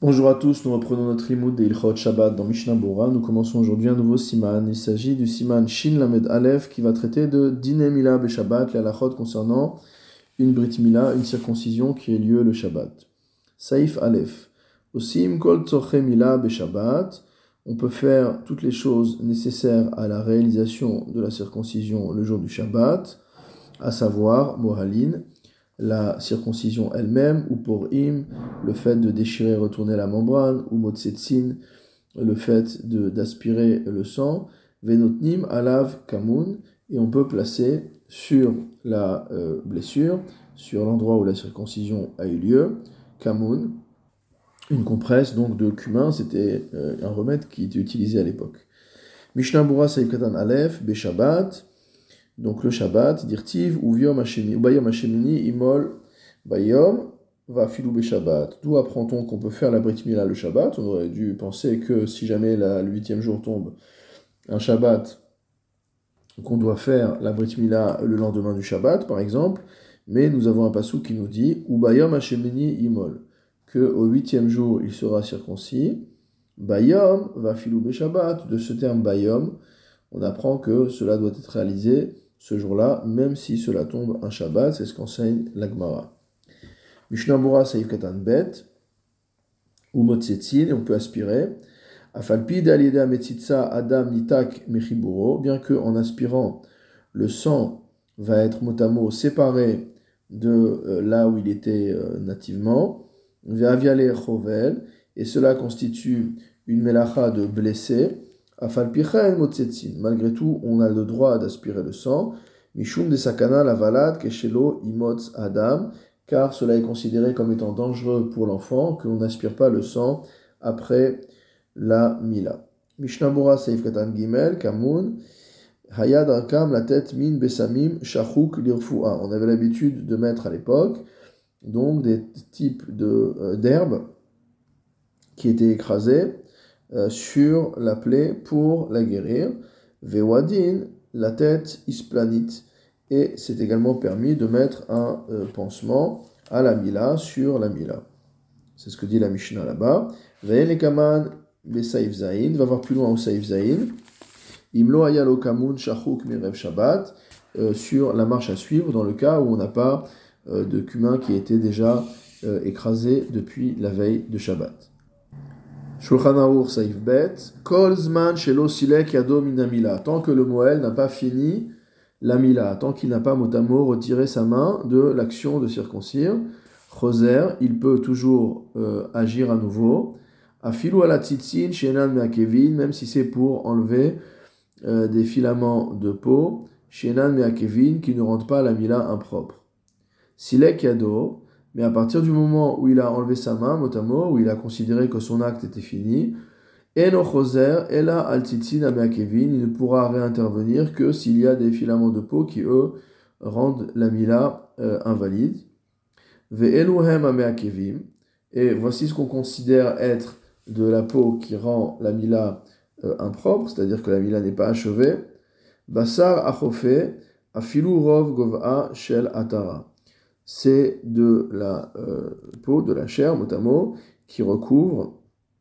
Bonjour à tous, nous reprenons notre limoud de Ilchot Shabbat dans Mishnah Bora. Nous commençons aujourd'hui un nouveau siman. Il s'agit du siman Shin Lamed Aleph qui va traiter de Dine Mila Be Shabbat, les halachot concernant une Brit Mila, une circoncision qui ait lieu le Shabbat. Saïf Aleph. Osim Kol Tzorche Mila Be Shabbat. On peut faire toutes les choses nécessaires à la réalisation de la circoncision le jour du Shabbat, à savoir Mohalin, la circoncision elle-même, ou pour im, le fait de déchirer et retourner la membrane, ou motsetsin, le fait d'aspirer le sang, venotnim alav kamun, et on peut placer sur la blessure, sur l'endroit où la circoncision a eu lieu, kamun, une compresse donc de cumin, c'était un remède qui était utilisé à l'époque. Mishnah Bura Saïf Katan Aleph, Beshabbat. Donc le Shabbat, dirtiv, ou bayom hashemini, imol, bayom, va filou Shabbat. D'où apprend-on qu'on peut faire la Brit Mila le Shabbat? On aurait dû penser que si jamais le 8e jour tombe un Shabbat, qu'on doit faire la Brit Mila le lendemain du Shabbat, par exemple. Mais nous avons un passou qui nous dit, ou bayom hashemini, imol, que au 8e jour il sera circoncis. Bayom va filou Shabbat. De ce terme bayom, on apprend que cela doit être réalisé ce jour-là, même si cela tombe un Shabbat, c'est ce qu'enseigne l'Agmara. Mishnah Bura Saïf Katan Bet, ou Motsetsin, et on peut aspirer. Afalpi d'Alieda Metzitsa Adam Nitak Mechiburo, bien qu'en aspirant, le sang va être mot à mot séparé de là où il était nativement. Ve'aviale Chovel, et cela constitue une melacha de blessé. Malgré tout, on a le droit d'aspirer le sang. Mishum de sakana la valade keshelo imotz adam, car cela est considéré comme étant dangereux pour l'enfant que l'on n'aspire pas le sang après la mila. Mishnah Bura Seif Katan Gimel Kamun Hayad Arkam la tête min besamim shachuk lirfua. On avait l'habitude de mettre à l'époque donc des types d'herbes qui étaient écrasées sur la plaie pour la guérir. Vewadin, la tête isplanite. Et c'est également permis de mettre un pansement à la mila, sur la mila. C'est ce que dit la Mishnah là-bas. Ve'elekaman besaïf zayin, va voir plus loin au saïf zayin. Imlo ayalo kamun shachuk mirev shabbat, sur la marche à suivre, dans le cas où on n'a pas de cumin qui était déjà écrasé depuis la veille de Shabbat. Shulchan Aruch Saïf Bet, Kol Zman Shelo Silek Yado Minamila, tant que le Moël n'a pas fini la Mila, tant qu'il n'a pas mot à mot retiré sa main de l'action de circoncire, Choser, il peut toujours agir à nouveau. Afilu ala tzitzin shenan me'akevin, même si c'est pour enlever des filaments de peau, shenan me'akevin, qui ne rendent pas la Mila impropre. Silek Yado, mais à partir du moment où il a enlevé sa main, mot à mot, où il a considéré que son acte était fini, Eno Choser, Ela Altitzin Ameakevin, il ne pourra réintervenir que s'il y a des filaments de peau qui, eux, rendent la mila invalide. Ve'eluhem Ameakevim, et voici ce qu'on considère être de la peau qui rend la mila impropre, c'est-à-dire que la mila n'est pas achevée. Basar Achofe, Afilu Rov Gova Shel Atara. C'est de la peau, de la chair, mot à mot, qui recouvre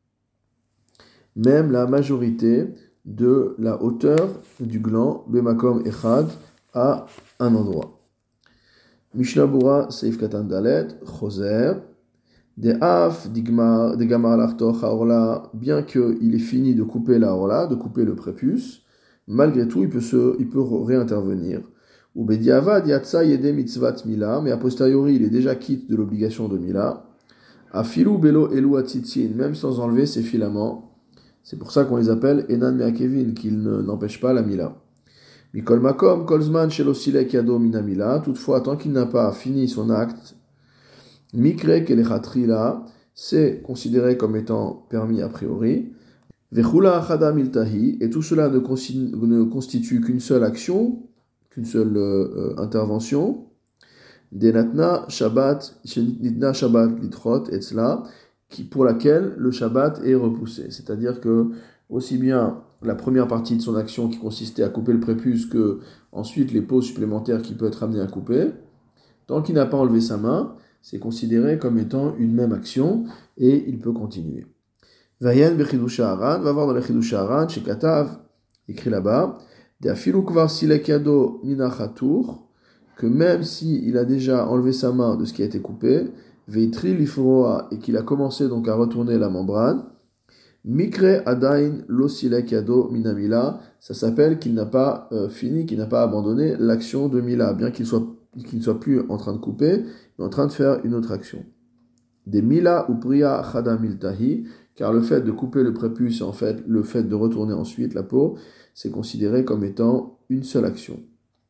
même la majorité de la hauteur du gland, Bemakom Echad, à un endroit. Mishnah Bura Seif Katan Dalet, Choser, de Af, de Gamar Lartoch Haorla, bien qu'il ait fini de couper la Haorla, de couper le prépuce, malgré tout, il peut réintervenir. Ou Bediavad Yatsa Yede Mitzvat Mila, mais a posteriori il est déjà quitte de l'obligation de Mila. Afilu Belo Elu Atzitzin, même sans enlever ses filaments. C'est pour ça qu'on les appelle Enan Meakevin, qu'ils n'empêchent pas la Mila. Mikol Makom, Kolzman Shelo Silek Yado Mina Mila, toutefois, tant qu'il n'a pas fini son acte, Mikre Kelechatrila, c'est considéré comme étant permis a priori. Vechula Achada Miltahi, et tout cela ne constitue qu'une seule action, qu'une seule intervention, Denatna Shabbat, Nitna Shabbat Litrot, Etzla, pour laquelle le Shabbat est repoussé. C'est-à-dire que, aussi bien la première partie de son action qui consistait à couper le prépuce que ensuite les peaux supplémentaires qu'il peut être amené à couper, tant qu'il n'a pas enlevé sa main, c'est considéré comme étant une même action et il peut continuer. Vayen bechidusha haran, va voir dans le chidusha haran, chez Katav, écrit là-bas, de afilu kvar silek yado minachatur, que même s'il a déjà enlevé sa main de ce qui a été coupé, veitri lifroa, et qu'il a commencé donc à retourner la membrane, mikre adain lo silek yado minamila, ça s'appelle qu'il n'a pas fini, qu'il n'a pas abandonné l'action de mila, bien qu'il ne soit plus en train de couper, mais en train de faire une autre action. Des mila ou priya chada miltahi, car le fait de couper le prépuce, en fait, le fait de retourner ensuite la peau, c'est considéré comme étant une seule action.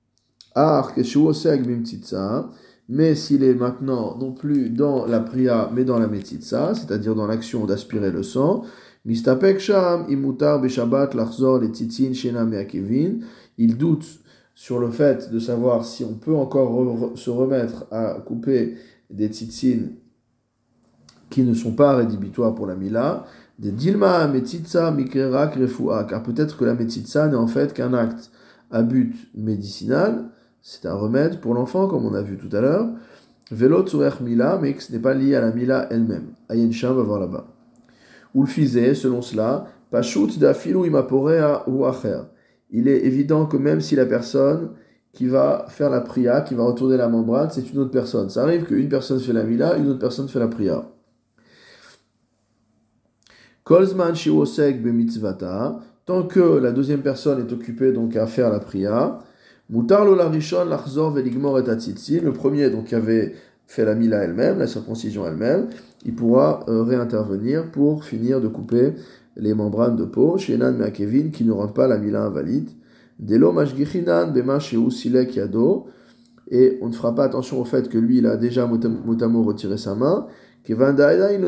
Mais s'il est maintenant non plus dans la priya, mais dans la metzitza, c'est-à-dire dans l'action d'aspirer le sang, mistapek sham imutar beshabat lachzor le tzitzin shena meakevin, il doute sur le fait de savoir si on peut encore se remettre à couper des tzitzin qui ne sont pas rédhibitoires pour la mila, des dilma metzitza mikrerak refua, car peut-être que la metzitza n'est en fait qu'un acte à but médicinal, c'est un remède pour l'enfant, comme on a vu tout à l'heure, velo tsurech mila, mais que ce n'est pas lié à la mila elle-même. Ayen Sham va voir là-bas. Ou le fizé, selon cela, pashut dafilu imaporea ou acher. Il est évident que même si la personne qui va faire la priya, qui va retourner la membrane, c'est une autre personne. Ça arrive qu'une personne fait la mila, une autre personne fait la priya. Kolzman shiosek bemitzvata, tant que la deuxième personne est occupée donc à faire la priya, mutar lo la rishon lachzor veligmor et atzitzin, le premier donc qui avait fait la mila elle-même, la circoncision elle-même, il pourra réintervenir pour finir de couper les membranes de peau, chez Nan Meakevin qui ne rend pas la mila invalide, delo mashgichinan bema sheu silek yado, et on ne fera pas attention au fait que lui il a déjà motamo retiré sa main, parce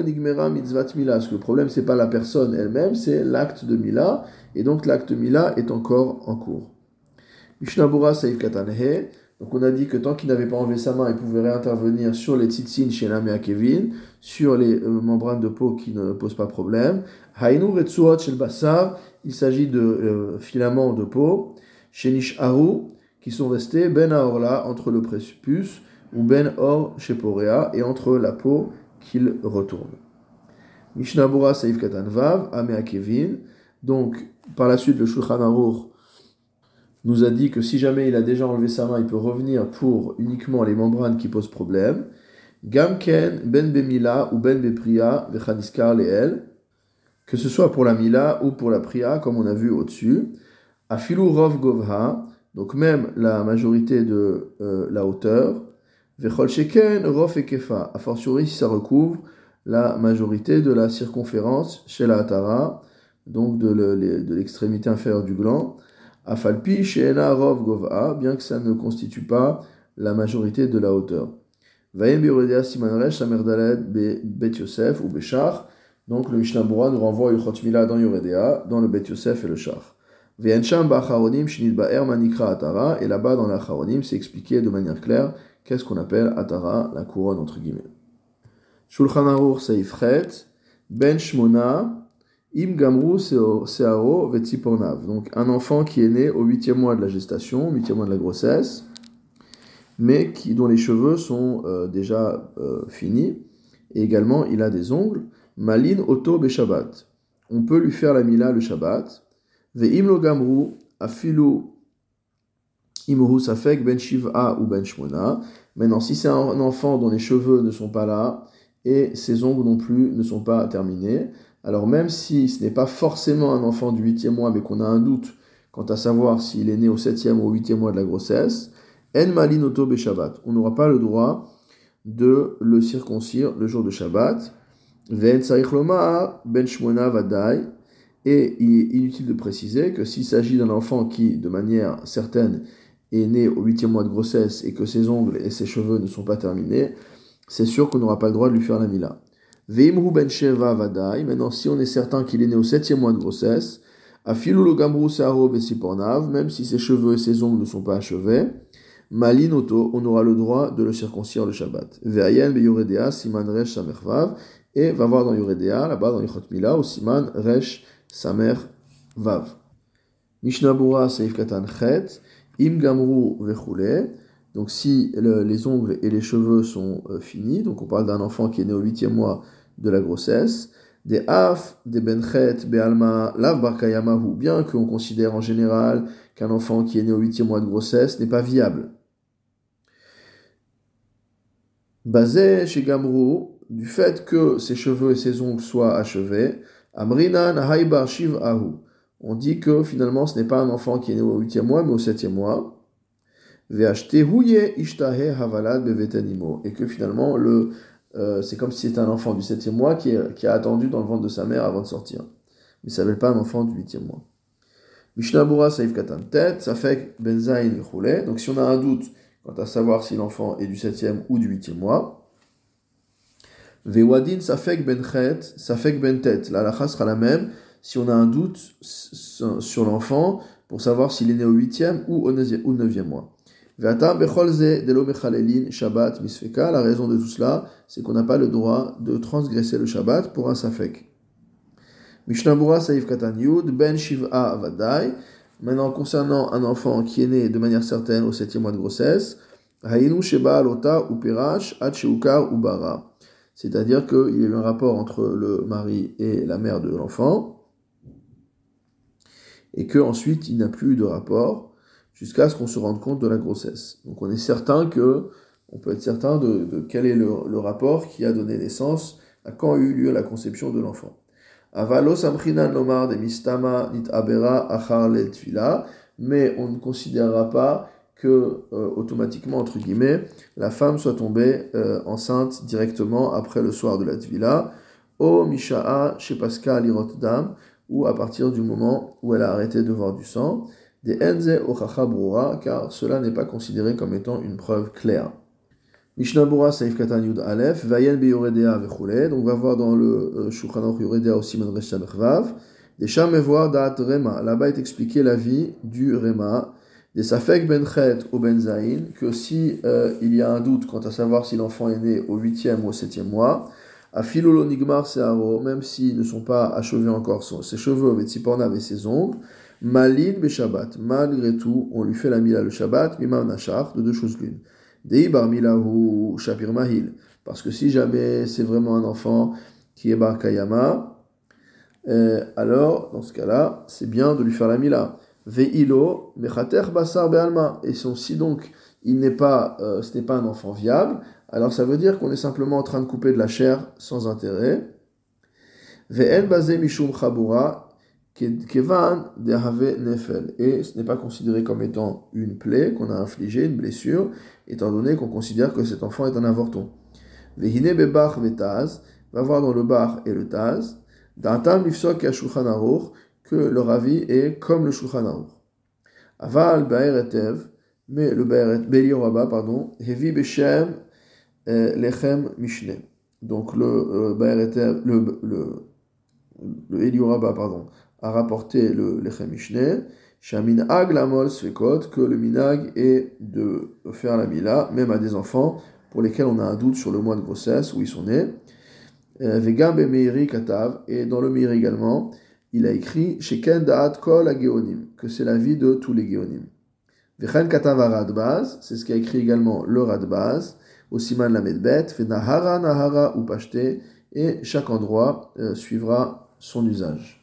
que le problème, c'est pas la personne elle-même, c'est l'acte de Mila, et donc l'acte de Mila est encore en cours. Mishnabura Saif Katanhe, donc on a dit que tant qu'il n'avait pas enlevé sa main, il pouvait réintervenir sur les tzitzin chez Namé Kevin, sur les membranes de peau qui ne posent pas problème. Hainu Retsuot chez le Bassar, il s'agit de filaments de peau, chez Nisharu, qui sont restés Ben Aorla, entre le prépuce, ou Ben Or chez Porea, et entre la peau qu'il retourne. Mishnabura Saif Katan Vav, Amea Kevin. Donc, par la suite, le Shulchan Aruch nous a dit que si jamais il a déjà enlevé sa main, il peut revenir pour uniquement les membranes qui posent problème. Gamken, Ben Bemila ou Ben Bepriya, Vechaniskar Leel, que ce soit pour la Mila ou pour la Priya, comme on a vu au-dessus. Afilu Rov Govha, donc même la majorité de la hauteur. Vechol Sheken, Rof et Kefa, a fortiori si ça recouvre la majorité de la circonférence chez la Hatara, donc de l'extrémité inférieure du gland. Afalpi, Sheena, Rov, Gova, bien que ça ne constitue pas la majorité de la hauteur. Vaïm Bioredea Simanresh, Samerdaled, Bet Yosef ou Beshach, donc le Mishnah Bura nous renvoie à Yuchot Mila dans Yoredea, dans le Bet Yosef et le Shach. Ve'ensham ba'acharonim shinit ba'er manikra atara, et là-bas dans l'acharonim c'est expliqué de manière claire qu'est-ce qu'on appelle atara, la couronne entre guillemets. Shulchan Aruch Seifret, Ben Shmona, Im Gamru Searo Vetzipornav. Donc un enfant qui est né au 8e mois de la gestation, 8e mois de la grossesse, mais dont les cheveux sont déjà finis, et également il a des ongles. Malin Oto Beshabbat. On peut lui faire la mila le Shabbat. Ve'im lo Gamru Afilu Imru Safek Ben Shiv'a ou Ben Shmona. Maintenant, si c'est un enfant dont les cheveux ne sont pas là et ses ongles non plus ne sont pas terminés, alors même si ce n'est pas forcément un enfant du 8e mois, mais qu'on a un doute quant à savoir s'il est né au 7e ou au 8e mois de la grossesse, En Malin Oto Be Shabbat. On n'aura pas le droit de le circoncire le jour de Shabbat. Ve'en Tzarich Lomar Ben Shmona Vadai. Et il est inutile de préciser que s'il s'agit d'un enfant qui, de manière certaine, est né au 8e mois de grossesse et que ses ongles et ses cheveux ne sont pas terminés, c'est sûr qu'on n'aura pas le droit de lui faire la mila. Veimru ben sheva vadai. Maintenant, si on est certain qu'il est né au 7e mois de grossesse, afilu lo gamru searo besipornav, même si ses cheveux et ses ongles ne sont pas achevés, malinoto, on aura le droit de le circoncire le Shabbat. Ve'ayen be yoredea siman resh samervav, et va voir dans Yoredea, là-bas dans Yichot Mila, au siman resh samer vav. Mishnah Bura seif katan chet. Im gamru vechule, Donc si les ongles et les cheveux sont finis, donc on parle d'un enfant qui est né au 8e mois de la grossesse, des af, des benchet, be'alma, lav barkayamahu, bien qu'on considère en général qu'un enfant qui est né au 8e mois de grossesse n'est pas viable. Basé chez Gamrou, du fait que ses cheveux et ses ongles soient achevés, Amrinan Haibar Shiv Ahu. On dit que finalement ce n'est pas un enfant qui est né au 8e mois, mais au 7e mois. Et que finalement, c'est comme si c'était un enfant du 7e mois qui a attendu dans le ventre de sa mère avant de sortir. Mais ça ne s'appelle pas un enfant du 8e mois. Mishnabura Saif Katan Tet, Safek Benzain Roulé. Donc si on a un doute quant à savoir si l'enfant est du 7e ou du 8e mois, Vewadin Safek Benchet, Safek Bentet. La halakha sera la même si on a un doute sur l'enfant pour savoir s'il est né au 8e ou au 9e mois. La raison de tout cela, c'est qu'on n'a pas le droit de transgresser le Shabbat pour un Safek. Mishnabura Saif Katan Yud, Ben Shiv'a Avadai. Maintenant, concernant un enfant qui est né de manière certaine au 7e mois de grossesse, Hayinu Sheba Alota ou Pirash, Atcheukar ou Bara. C'est-à-dire qu'il y a eu un rapport entre le mari et la mère de l'enfant, et qu'ensuite il n'a plus eu de rapport jusqu'à ce qu'on se rende compte de la grossesse. Donc on peut être certain de quel est le rapport qui a donné naissance, à quand a eu lieu la conception de l'enfant. Avalos amchinan lomar de mistama nit abera achar lel tfila, mais on ne considérera pas que automatiquement, entre guillemets, la femme soit tombée enceinte directement après le soir de la tvila, o misha'a shepaska lirot dam, ou à partir du moment où elle a arrêté de voir du sang, des enze ochacha brura, car cela n'est pas considéré comme étant une preuve claire. Mishnabura Saif Katan Yud Aleph, Vayen be Yoredea vechule, donc on va voir dans le Shulchan Aruch Yoredea aussi Madresh Samech Vav, des Shamevoar Da'at Rema, là-bas est expliqué la vie du Rema, des Safek Benchet ou Benzain, que si il y a un doute quant à savoir si l'enfant est né au 8e ou au 7e mois, à Filolo Nigmar Searo, même s'ils ne sont pas achevés encore ses cheveux, Vetsipornav et ses ongles, Malin be Shabbat, malgré tout, on lui fait la mila le Shabbat, Mimam Nashar, de deux choses l'une. Dei bar milahu shapir mahil, parce que si jamais c'est vraiment un enfant qui est bar kayama, alors dans ce cas-là, c'est bien de lui faire la mila. Ve'ilo mechater basar be'alma, et si donc ce n'est pas un enfant viable, alors ça veut dire qu'on est simplement en train de couper de la chair sans intérêt. Ve'en bazé mishum chabura kevan dehave nefel, et ce n'est pas considéré comme étant une plaie qu'on a infligée, une blessure, étant donné qu'on considère que cet enfant est un avorton. Vehine bebach vetaz, va voir dans le bar et le taz, d'antam lifsok ya shulchan aruch, que le ravi est comme le shulchan aruch. Aval ba'eretev, mais le Belior Rabba, pardon, hevi beshem lechem mishne. Donc le ba'eretev, le Elior Rabba, pardon, a rapporté le lechem mishne, shamin ag lamol svekot, que le minag est de faire la mila, même à des enfants pour lesquels on a un doute sur le mois de grossesse où ils sont nés. Vegam be meiri katav, et dans le meiri également, il a écrit sheken da'at kol hageonim, que c'est la vie de tous les geonim. Vechen katav Radbaz, c'est ce qu'a écrit également le Radbaz, au siman lamedbet, fe nahara nahara ou pashte, et chaque endroit suivra son usage.